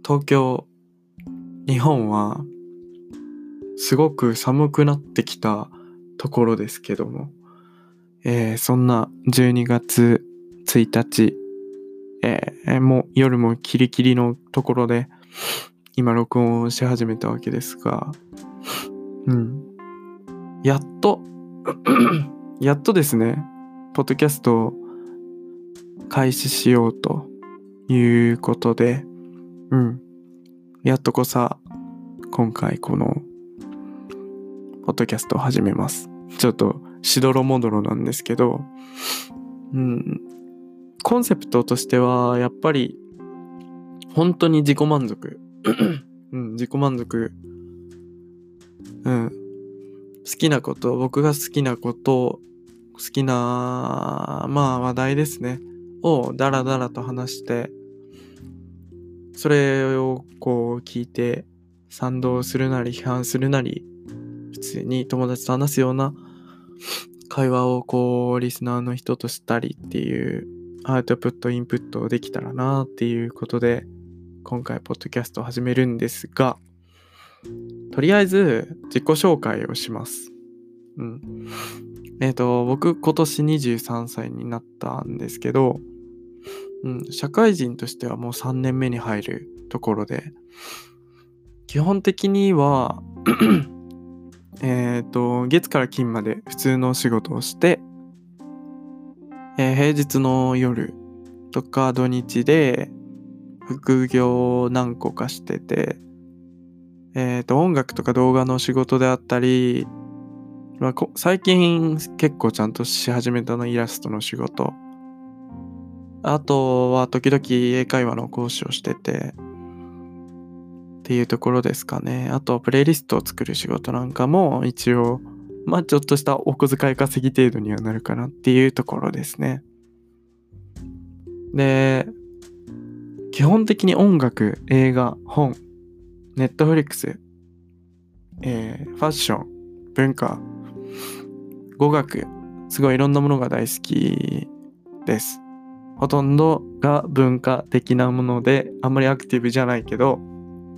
東京、日本はすごく寒くなってきたところですけども、そんな12月1日、もう夜もキリキリのところで今録音をし始めたわけですが、やっとですね、ポッドキャストを開始しようということで、やっとこさ今回このポッドキャストを始めます。ちょっとしどろもどろなんですけど、コンセプトとしてはやっぱり本当に自己満足自己満足好きなこと、僕が好きなこと、好きな話題ですねをダラダラと話して、それをこう聞いて賛同するなり批判するなり、普通に友達と話すような会話をこうリスナーの人としたりっていうアウトプットインプットできたらなっていうことで今回ポッドキャストを始めるんですが、とりあえず自己紹介をします。僕今年23歳になったんですけど、社会人としてはもう3年目に入るところで、基本的には月から金まで普通の仕事をして、平日の夜とか土日で副業を何個かしてて、音楽とか動画の仕事であったり、最近結構ちゃんとし始めたのイラストの仕事、あとは時々英会話の講師をしててっていうところですかね。あとプレイリストを作る仕事なんかも一応ちょっとしたお小遣い稼ぎ程度にはなるかなっていうところですね。で、基本的に音楽、映画、本、ネットフリックス、ファッション、文化、語学、すごいいろんなものが大好きです。ほとんどが文化的なもので、あんまりアクティブじゃないけど、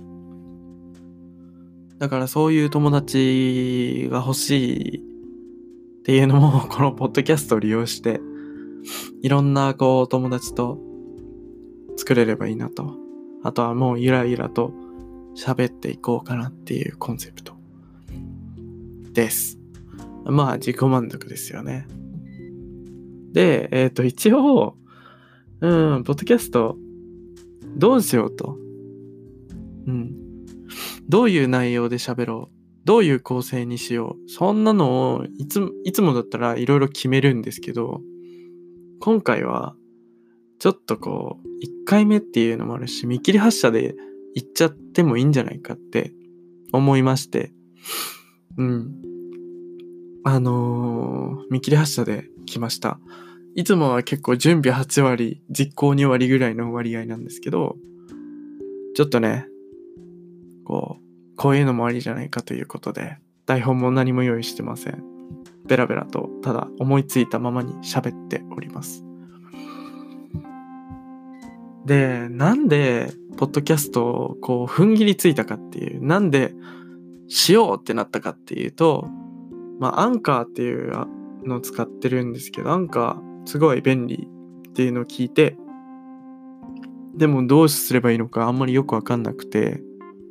だからそういう友達が欲しいっていうのもこのポッドキャストを利用していろんな友達と作れればいいなと、あとはもうゆらゆらと喋っていこうかなっていうコンセプトです。自己満足ですよね。で、一応ポッドキャストどうしようと、どういう内容で喋ろう、どういう構成にしよう、そんなのをいつもだったらいろいろ決めるんですけど、今回はちょっと1回目っていうのもあるし、見切り発車で行っちゃってもいいんじゃないかって思いまして、見切り発車で来ました。いつもは結構準備8割、実行2割ぐらいの割合なんですけど、ちょっとね、こういうのもありじゃないかということで、台本も何も用意してません。ベラベラとただ思いついたままに喋っております。で、なんでポッドキャストを踏ん切りついたかっていう、なんでしようってなったかっていうと、アンカーっていうのを使ってるんですけど、アンカーすごい便利っていうのを聞いて、でもどうすればいいのかあんまりよくわかんなくて、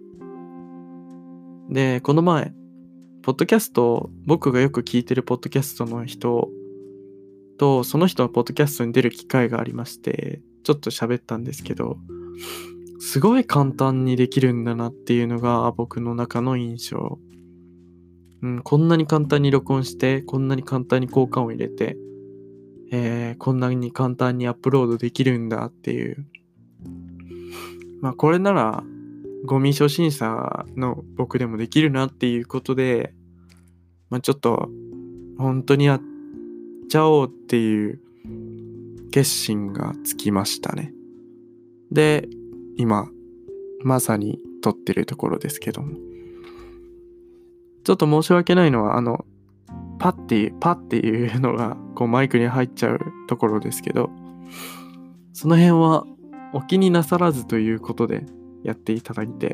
で、この前ポッドキャスト、僕がよく聞いてるポッドキャストの人とその人のポッドキャストに出る機会がありまして、ちょっと喋ったんですけど、すごい簡単にできるんだなっていうのが僕の中の印象。こんなに簡単に録音して、こんなに簡単に交換を入れて、こんなに簡単にアップロードできるんだっていう。これならゴミ初心者の僕でもできるなっていうことで、ちょっと本当にやっちゃおうっていう決心がつきましたね。で、今まさに撮ってるところですけども、ちょっと申し訳ないのはパっていうのがマイクに入っちゃうところですけど、その辺はお気になさらずということで、 やっていただいて、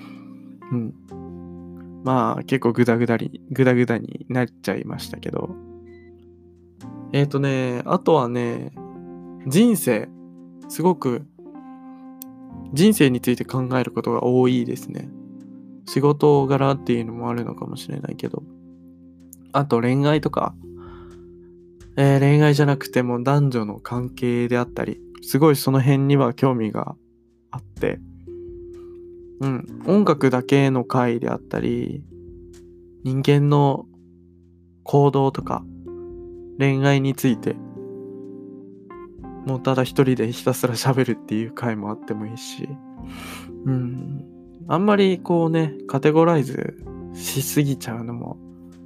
まあ結構グダグダになっちゃいましたけど、あとはね、すごく人生について考えることが多いですね。仕事柄っていうのもあるのかもしれないけど、あと恋愛とか、恋愛じゃなくても男女の関係であったり、すごいその辺には興味があって、音楽だけの回であったり、人間の行動とか恋愛についてもうただ一人でひたすら喋るっていう回もあってもいいし、あんまりこうね、カテゴライズしすぎちゃうのも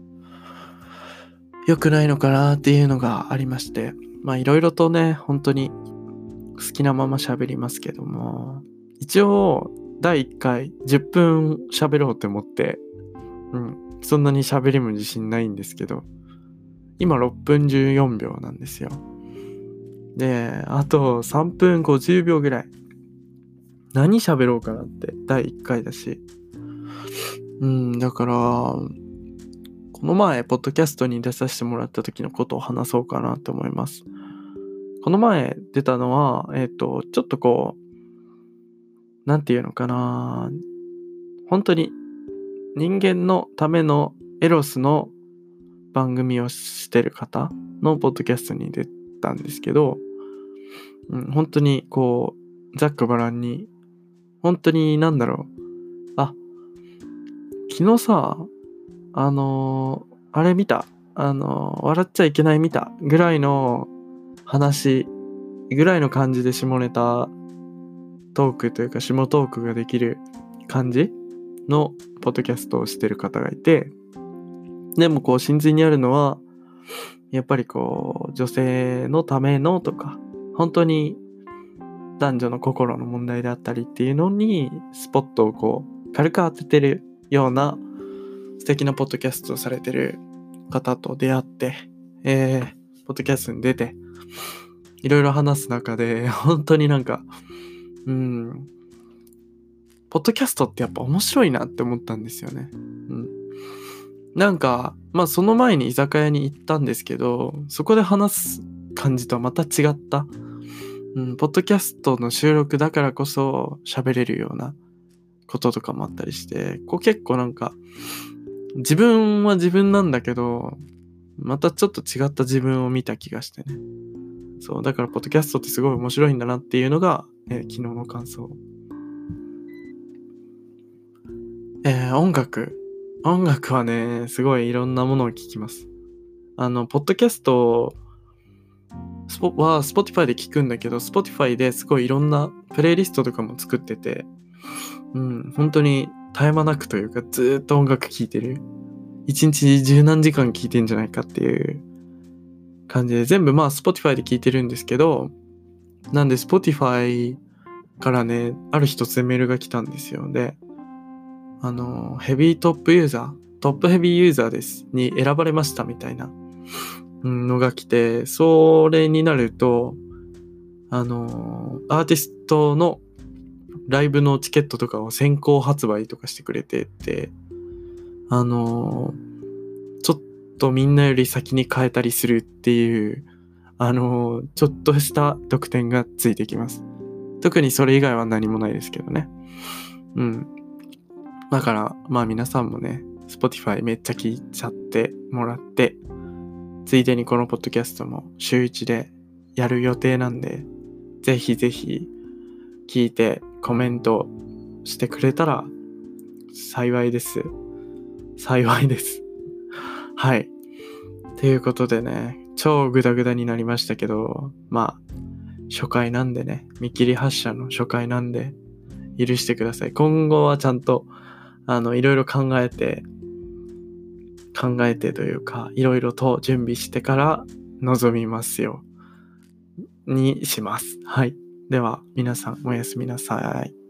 良くないのかなっていうのがありまして、まあいろいろとね、本当に好きなまま喋りますけども、一応第1回10分喋ろうって思って、そんなに喋りも自信ないんですけど、今6分14秒なんですよ。で、あと3分50秒ぐらい。何喋ろうかなって第1回だし。だから、この前、ポッドキャストに出させてもらった時のことを話そうかなと思います。この前出たのは、ちょっとこう、なんていうのかな。本当に人間のためのエロスの番組をしてる方のポッドキャストに出たんですけど、本当にこう、ざっくばらんに、本当に昨日さ、あれ見た、笑っちゃいけない見たぐらいの話ぐらいの感じで下ネタトークというか下トークができる感じのポッドキャストをしてる方がいて、でもこう真髄にあるのはやっぱりこう女性のためのとか本当に男女の心の問題であったりっていうのにスポットをこう軽く当ててるような素敵なポッドキャストをされてる方と出会って、ポッドキャストに出ていろいろ話す中で本当にポッドキャストってやっぱ面白いなって思ったんですよね。まあその前に居酒屋に行ったんですけど、そこで話す感じとはまた違った、ポッドキャストの収録だからこそ喋れるようなこととかもあったりして、こう結構自分は自分なんだけど、またちょっと違った自分を見た気がしてね。そう、だからポッドキャストってすごい面白いんだなっていうのが、昨日の感想。音楽はね、すごいいろんなものを聞きます。ポッドキャストは Spotify で聞くんだけど、Spotify ですごいいろんなプレイリストとかも作ってて、本当に絶え間なくというかずーっと音楽聴いてる。一日十何時間聴いてんじゃないかっていう感じで、全部まあ Spotify で聴いてるんですけど、なんで Spotify からね、ある日突然メールが来たんですよ。で、ヘビートップユーザー、トップヘビーユーザーですに選ばれましたみたいなのが来て、それになると、アーティストのライブのチケットとかを先行発売とかしてくれてて、ちょっとみんなより先に買えたりするっていう、ちょっとした特典がついてきます。特にそれ以外は何もないですけどね。だから、まあ皆さんもね、Spotify めっちゃ聞いちゃってもらって、ついでにこのポッドキャストも週1でやる予定なんで、ぜひぜひ聞いてコメントしてくれたら幸いです。はい。ということでね、超グダグダになりましたけど、まあ、初回なんでね、見切り発車の初回なんで、許してください。今後はちゃんと、いろいろ考えてというか、いろいろと準備してから臨みますよ。にします。はい。では、皆さんおやすみなさい。